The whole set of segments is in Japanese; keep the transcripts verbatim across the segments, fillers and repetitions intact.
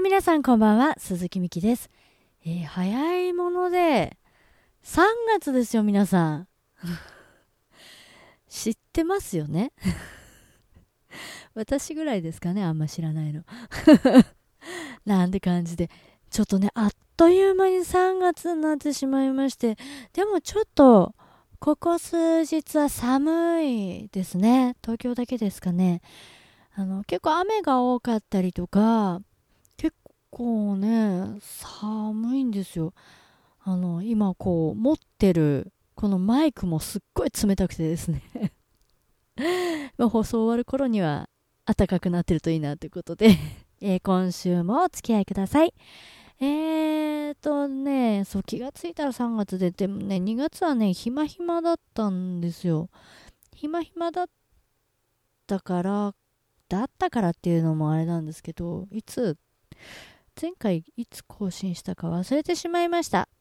皆さんこんばんは、鈴木美希です。えー、早いものでさんがつですよ。皆さん知ってますよね私ぐらいですかね、あんま知らないのなんて感じで、ちょっとね、あっという間にさんがつになってしまいまして、でもちょっとここ数日は寒いですね。東京だけですかね。あの結構雨が多かったりとか、結構ね寒いんですよ。あの今こう持ってるこのマイクもすっごい冷たくてですねまあ放送終わる頃には暖かくなってるといいなということでえー今週もお付き合いください。えーとねそう気がついたらさんがつで、でもねにがつはね暇暇だったんですよ。暇暇だったからだったからっていうのもあれなんですけど、いつ前回いつ更新したか忘れてしまいました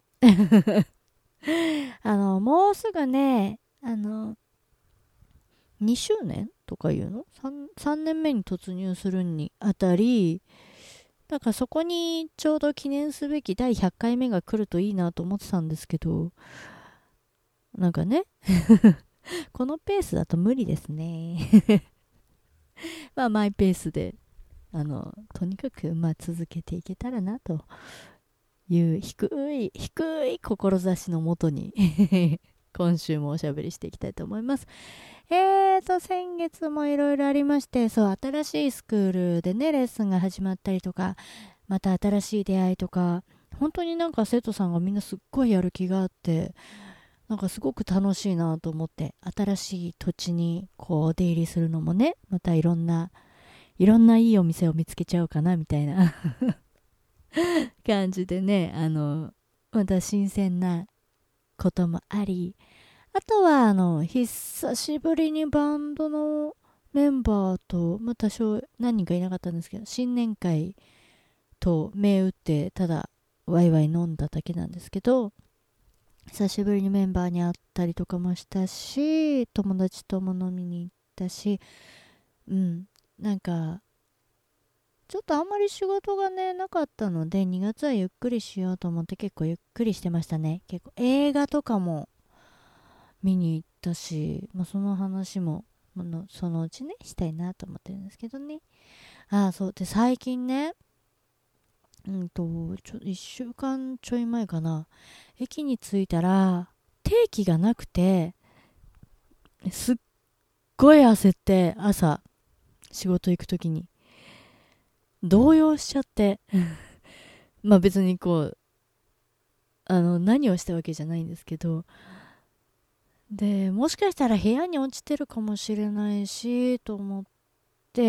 あのもうすぐね、あのにしゅうねんとかいうの 3, さんねんめに突入するにあたり、だからそこにちょうど記念すべきだいひゃっかいめが来るといいなと思ってたんですけど、なんかねこのペースだと無理ですねまあマイペースで、あのとにかくまあ続けていけたらなという低い低い志のもとに今週もおしゃべりしていきたいと思います。えーと先月もいろいろありまして、そう新しいスクールでねレッスンが始まったりとか、また新しい出会いとか、本当になんか生徒さんがみんなすっごいやる気があって、なんかすごく楽しいなと思って、新しい土地にこう出入りするのもね、またいろんないろんないいお店を見つけちゃおうかなみたいな感じでね、あのまた新鮮なこともあり、あとはあの久しぶりにバンドのメンバーと、まあ、多少何人かいなかったんですけど、新年会と銘打ってただワイワイ飲んだだけなんですけど、久しぶりにメンバーに会ったりとかもしたし、友達とも飲みに行ったし、うんなんかちょっとあんまり仕事がねなかったので、にがつはゆっくりしようと思って結構ゆっくりしてましたね。結構映画とかも見に行ったし、まあ、その話もそのうちねしたいなと思ってるんですけどね。ああそうで、最近ね、うんとちょいっしゅうかんちょい前かな、駅に着いたら定期がなくて、すっごい焦って、朝仕事行く時に動揺しちゃってまあ別にこうあの何をしたわけじゃないんですけど、でもしかしたら部屋に落ちてるかもしれないしと思って、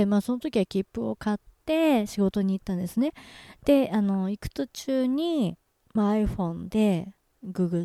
まあその時は切符を買って仕事に行ったんですね。であの行く途中に、まあ、iPhone でググって、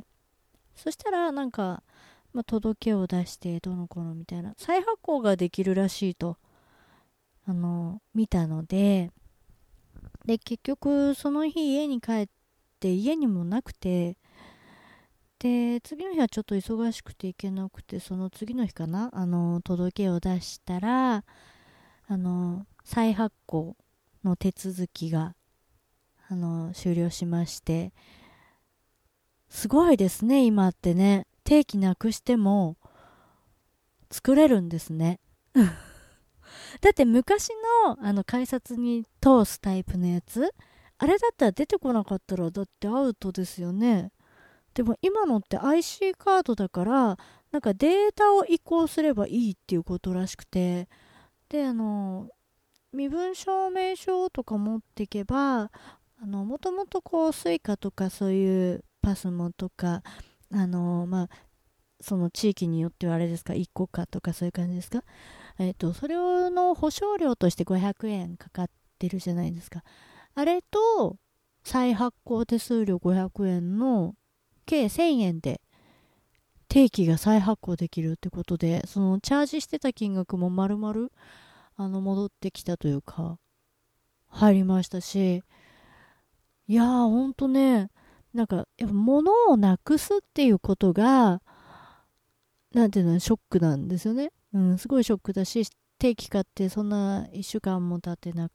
そしたらなんか、まあ、届けを出してどの子のみたいな再発行ができるらしいとあの見たので、で結局その日家に帰って家にもなくて、で次の日はちょっと忙しくて行けなくて、その次の日かな、あの届けを出したら、あの再発行の手続きがあの終了しまして、すごいですね今ってね、定期なくしても作れるんですねだって昔のあの改札に通すタイプのやつ、あれだったら出てこなかったらだってアウトですよね。でも今のって アイシー カードだから、なんかデータを移行すればいいっていうことらしくて、であの身分証明書とか持っていけば、あのもともとこうスイカとかそういうパスモとか、あのまあその地域によってはあれですか、いっこかとかそういう感じですか、えっとそれの保証料としてごひゃくえんかかってるじゃないですか。あれと再発行手数料ごひゃくえんの計せんえんで定期が再発行できるってことで、そのチャージしてた金額も丸々あの戻ってきたというか入りましたし、いやーほんとね、なんかやっぱ物をなくすっていうことがなんていうのショックなんですよね。うん、すごいショックだし、定期買ってそんないっしゅうかんも経ってなかっ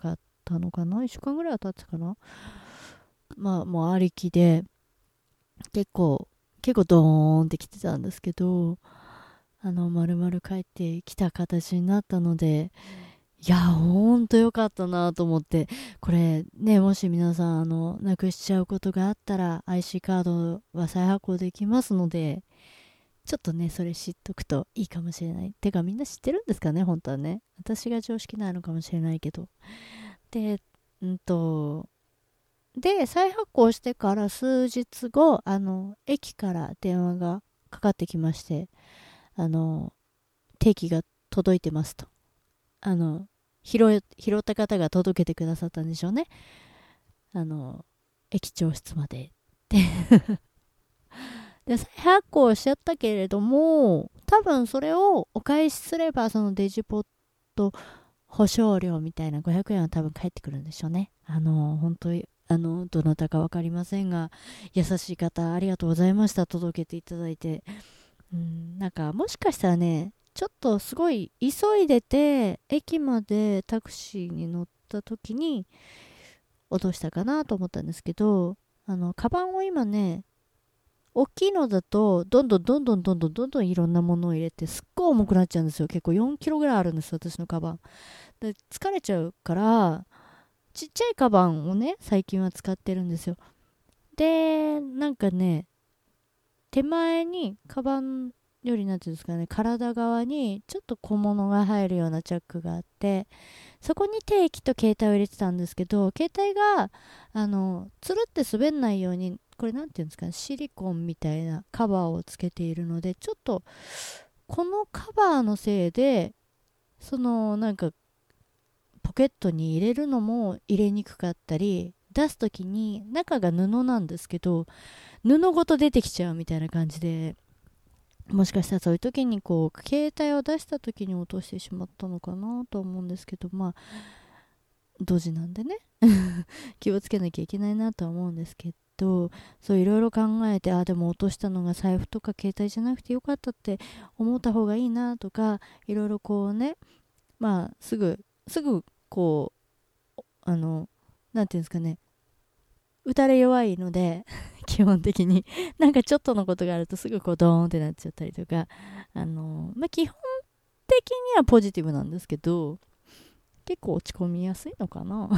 たのかな、いっしゅうかんぐらいは経ってたかな。まあもうありきで結構結構ドーンってきてたんですけど、あの丸々帰ってきた形になったので、いやほんとよかったなと思って。これね、もし皆さんあのなくしちゃうことがあったら アイシー カードは再発行できますので、ちょっとねそれ知っとくといいかもしれない。てかみんな知ってるんですかね、本当はね。私が常識ないのかもしれないけど。でうんとで再発行してから数日後、あの駅から電話がかかってきまして、あの定期が届いてますと、あの拾拾った方が届けてくださったんでしょうね、あの駅長室まででで再発行しちゃったけれども、多分それをお返しすればそのデジポット保証料みたいなごひゃくえんは多分返ってくるんでしょうね。あの本当にあのどなたか分かりませんが、優しい方ありがとうございました。届けていただいて、うん、なんかもしかしたらね、ちょっとすごい急いでて駅までタクシーに乗った時に落としたかなと思ったんですけど、あのカバンを今ね、大きいのだとどんどんどんどんどんどんどんどんいろんなものを入れてすっごい重くなっちゃうんですよ。結構よんキロぐらいあるんです、私のカバンで。疲れちゃうからちっちゃいカバンをね最近は使ってるんですよ。でなんかね、手前にカバンよりなんていうんですかね、体側にちょっと小物が入るようなチャックがあって、そこに定期と携帯を入れてたんですけど、携帯があのつるって滑んないように、これなんていうんですかね、シリコンみたいなカバーをつけているので、ちょっとこのカバーのせいでそのなんかポケットに入れるのも入れにくかったり、出す時に中が布なんですけど布ごと出てきちゃうみたいな感じで、もしかしたらそういう時にこう携帯を出した時に落としてしまったのかなと思うんですけど、まあドジなんでね気をつけなきゃいけないなとは思うんですけど、そういろいろ考えて、あでも落としたのが財布とか携帯じゃなくてよかったって思った方がいいなとか、いろいろこうね、まあすぐすぐこうあのなんていうんですかね、打たれ弱いので基本的になんかちょっとのことがあるとすぐこうドーンってなっちゃったりとか、あのまあ基本的にはポジティブなんですけど、結構落ち込みやすいのかな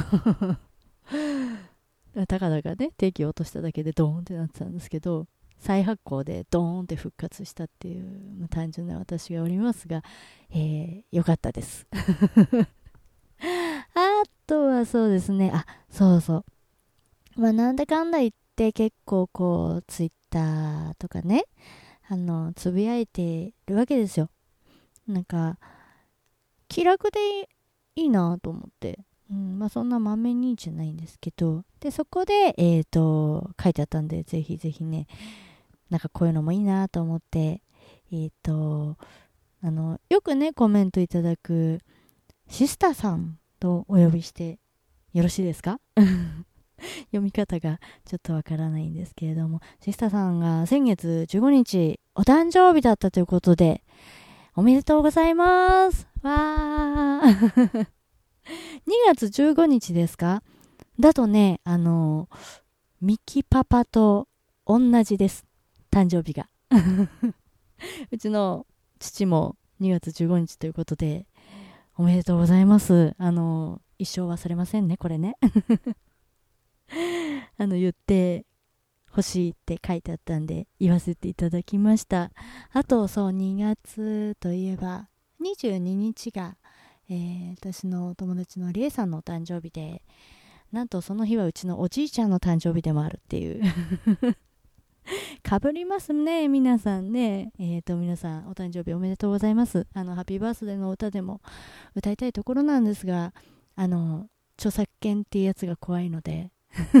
たかだかね定期を落としただけでドーンってなってたんですけど、再発行でドーンって復活したっていう、まあ、単純な私がおりますが、えー、よかったですあとはそうですね、あそうそう、まあなんだかんだ言って結構こうツイッターとかね、あのつぶやいてるわけですよ。なんか気楽でいいなと思って、うん、まあそんなまめにじゃないんですけど、でそこでえっ、ー、と書いてあったんで、ぜひぜひね、なんかこういうのもいいなと思って、えっ、ー、とあのよくねコメントいただくシスターさんとお呼びしてよろしいですか読み方がちょっとわからないんですけれども、シスターさんが先月じゅうごにちお誕生日だったということで、おめでとうございます。わーにがつじゅうごにちですか？だとね、あのミキパパと同じです、誕生日がうちの父もにがつじゅうごにちということで、おめでとうございます。あの一生忘れませんね、これねあの言って欲しいって書いてあったんで言わせていただきました。あとそうにがつといえばにじゅうににちが、えー、私の友達のりえさんのお誕生日で、なんとその日はうちのおじいちゃんの誕生日でもあるっていうかぶりますね皆さんね。えーと皆さんお誕生日おめでとうございます。あのハッピーバースデーの歌でも歌いたいところなんですが、あの著作権っていうやつが怖いので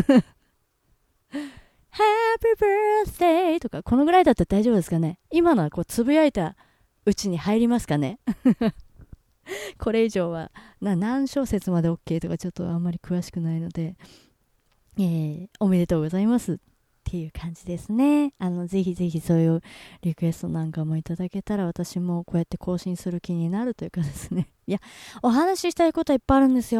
Happy birthday とかこのぐらいだったら大丈夫ですかね。今のはこうつぶやいたうちに入りますかねこれ以上はな何小節まで OK とかちょっとあんまり詳しくないので、えー、おめでとうございますっていう感じですね。あのぜひぜひそういうリクエストなんかもいただけたら、私もこうやって更新する気になるというかですね、いやお話ししたいことはいっぱいあるんですよ。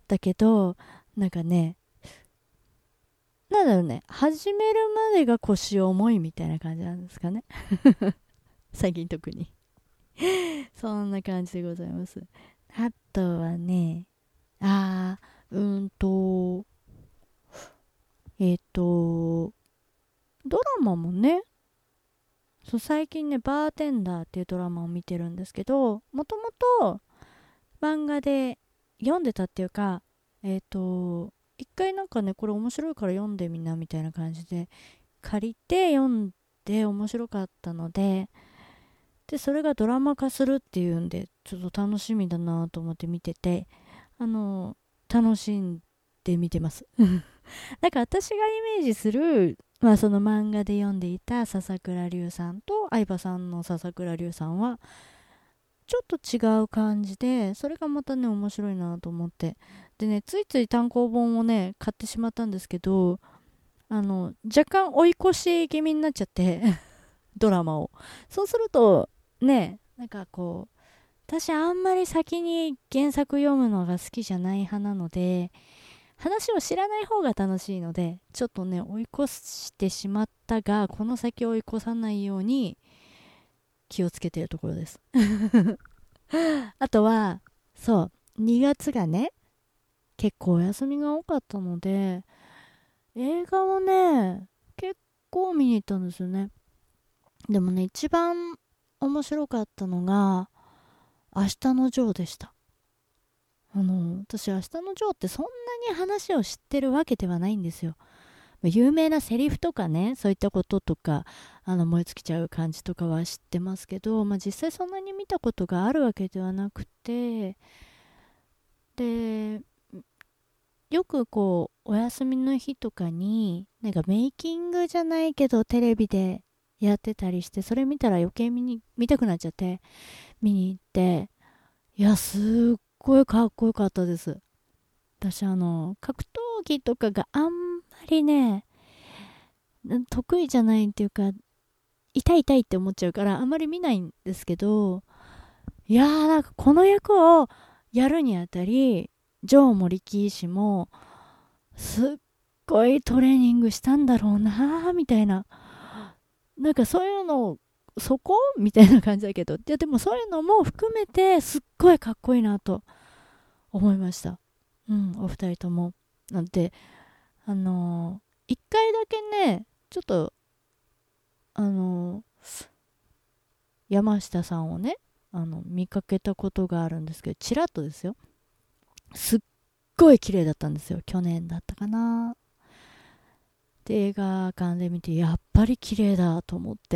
だけど、なんかね、なんだろうね、始めるまでが腰重いみたいな感じなんですかね。最近特に。そんな感じでございます。あとはね、あー、うーんと、えっ、と、ドラマもね、そう最近ね、バーテンダーっていうドラマを見てるんですけど、もともと漫画で読んでたっていうか、えっ、と、一回なんかね、これ面白いから読んでみなみたいな感じで借りて読んで面白かったので、で、それがドラマ化するっていうんで、ちょっと楽しみだなと思って見てて、あの、楽しんで見てます。なんか私がイメージする、まあその漫画で読んでいた笹倉龍さんと相葉さんの笹倉龍さんは、ちょっと違う感じで、それがまたね、面白いなと思って。でね、ついつい単行本をね、買ってしまったんですけど、あの、若干追い越し気味になっちゃってドラマを。そうすると、ね、なんかこう、私あんまり先に原作読むのが好きじゃない派なので、話を知らない方が楽しいので、ちょっとね、追い越してしまったが、この先追い越さないように気をつけてるところです。あとは、そう、にがつがね、結構お休みが多かったので、映画をね、結構見に行ったんですよね。でもね、一番面白かったのが、明日のジョーでした。あの、私、明日のジョーってそんなに話を知ってるわけではないんですよ。有名なセリフとかね、そういったこととか、あの、燃え尽きちゃう感じとかは知ってますけど、まあ、実際そんなに見たことがあるわけではなくて、で、よくこう、お休みの日とかに、なんかメイキングじゃないけど、テレビでやってたりして、それ見たら余計見に、見たくなっちゃって、見に行って、いや、すっごいかっこよかったです。私、あの、格闘技とかがあんまりね、得意じゃないっていうか、痛い痛いって思っちゃうから、あんまり見ないんですけど、いやー、なんかこの役をやるにあたり、ジョーも力士も、すっごいトレーニングしたんだろうなー、みたいな。なんかそういうの、そこみたいな感じだけど、いやでもそういうのも含めて、すっごいかっこいいなと思いました。うん、お二人とも。なんて、あのー、一回だけね、ちょっと、あのー、山下さんをね、あの、見かけたことがあるんですけど、ちらっとですよ。すっごい綺麗だったんですよ。去年だったかな。で、映画館で見て、やっぱり綺麗だと思って。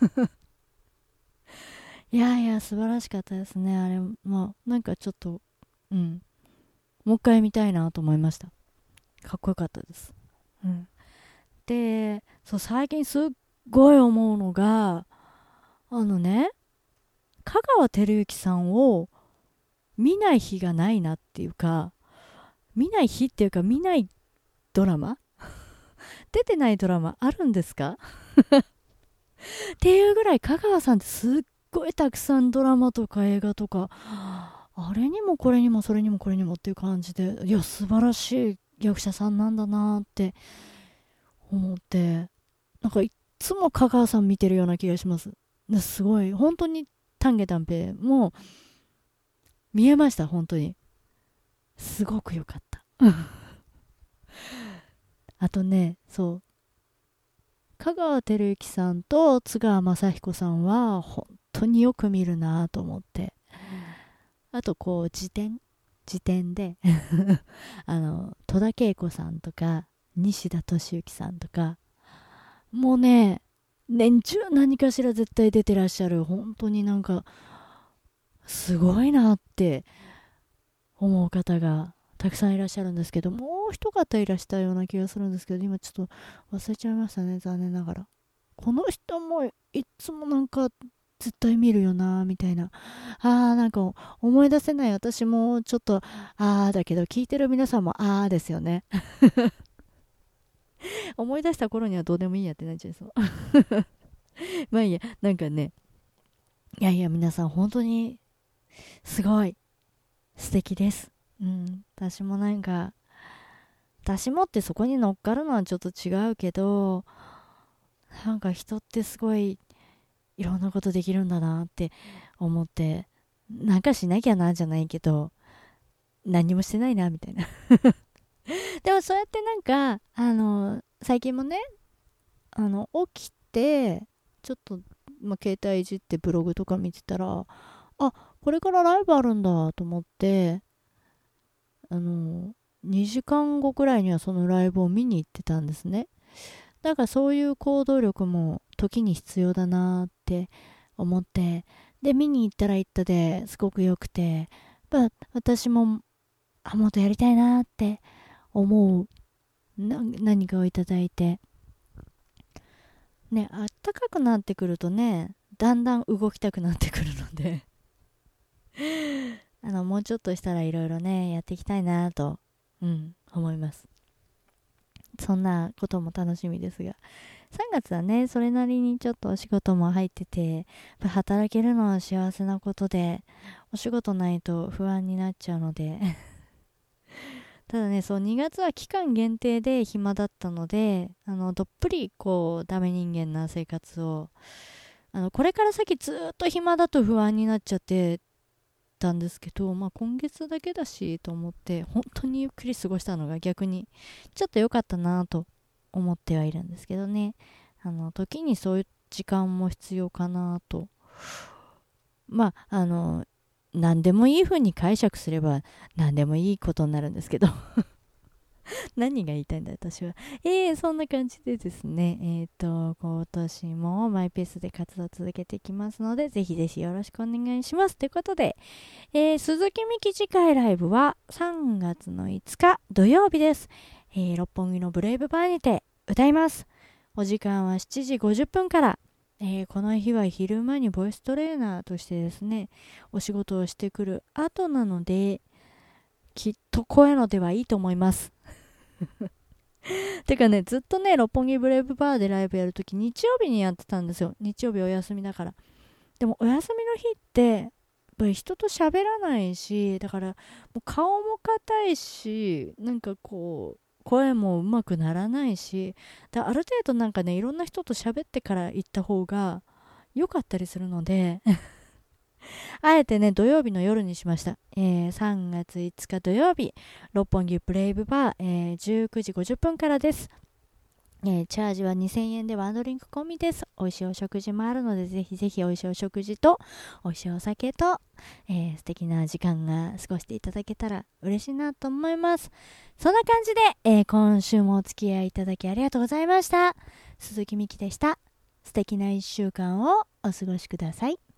いやいや、素晴らしかったですね。あれ、まあ、なんかちょっと、うん。もう一回見たいなと思いました。かっこよかったです。うん。で、そう、最近すっごい思うのが、あのね、香川照之さんを見ない日がないなっていうか、見ない日っていうか、見ないドラマ出てないドラマあるんですかっていうぐらい香川さんってすっごいたくさんドラマとか映画とか、あれにもこれにもそれにもこれにもっていう感じで、いや、素晴らしい役者さんなんだなって思って、なんかいっつも香川さん見てるような気がします。すごい、本当に丹下断平も見えました、本当に。すごく良かった。あとね、そう、香川照之さんと津川雅彦さんは本当によく見るなと思って。あとこう辞典辞典であの戸田恵子さんとか西田敏行さんとか、もうね、年中何かしら絶対出てらっしゃる、本当になんかすごいなって思う方がたくさんいらっしゃるんですけど、もう一方いらしたような気がするんですけど、今ちょっと忘れちゃいましたね、残念ながら。この人もいつもなんか絶対見るよなみたいな。あー、なんか思い出せない。私もちょっとあーだけど、聞いてる皆さんもあーですよね。思い出した頃にはどうでもいいやってなっちゃいそう。まあいいや、なんかね、いやいや皆さん本当にすごい素敵です。 うん、私もなんか、私もってそこに乗っかるのはちょっと違うけど、なんか人ってすごいいろんなことできるんだなって思って、なんかしなきゃなじゃないけど、何もしてないなみたいな。でもそうやってなんか、あの、最近もね、あの、起きて、ちょっと、まあ、携帯いじってブログとか見てたら、あ、これからライブあるんだと思って、あの、にじかんごくらいにはそのライブを見に行ってたんですね。だからそういう行動力も時に必要だなって思って、で、見に行ったら行ったですごく良くて、まあ、私も、あ、もっとやりたいなって思うな何かをいただいて、ね、あったかくなってくるとね、だんだん動きたくなってくるのであの、もうちょっとしたらいろいろね、やっていきたいなと、うん、思います。そんなことも楽しみですが。さんがつはね、それなりにちょっとお仕事も入ってて、働けるのは幸せなことで、お仕事ないと不安になっちゃうのでただね、そう、にがつは期間限定で暇だったので、あの、どっぷり、こう、ダメ人間な生活を、あの、これから先ずっと暇だと不安になっちゃってたんですけど、まあ今月だけだし、と思って、本当にゆっくり過ごしたのが逆に、ちょっと良かったなと思ってはいるんですけどね。あの、時にそういう時間も必要かなと。まあ、あの、何でもいい風に解釈すれば何でもいいことになるんですけど何が言いたいんだ私は。えー、そんな感じでですね、えっ、と、今年もマイペースで活動を続けていきますので、ぜひぜひよろしくお願いします。ということで、えー、鈴木美希次回ライブはさんがつのいつか土曜日です。えー、六本木のブレイブバーにて歌います。お時間はしちじごじゅっぷんから。えー、この日は昼間にボイストレーナーとしてですね、お仕事をしてくる後なので、きっと声の出はいいと思います。てかね、ずっとね、六本木ブレイブバーでライブやるとき、日曜日にやってたんですよ。日曜日お休みだから。でも、お休みの日って、やっぱり人と喋らないし、だから、もう顔も硬いし、なんかこう、声もうまくならないし、だある程度なんかね、いろんな人と喋ってから行った方が良かったりするので、あえてね、土曜日の夜にしました。えー、さんがついつか土曜日、六本木ブレイブバー、えー、じゅうくじごじゅっぷんからです。えー、チャージはにせんえんでワンドリンク込みです。美味しいお食事もあるので、ぜひぜひ美味しいお食事と、美味しいお酒と、えー、素敵な時間が過ごしていただけたら嬉しいなと思います。そんな感じで、えー、今週もお付き合いいただきありがとうございました。鈴木美希でした。素敵ないっしゅうかんをお過ごしください。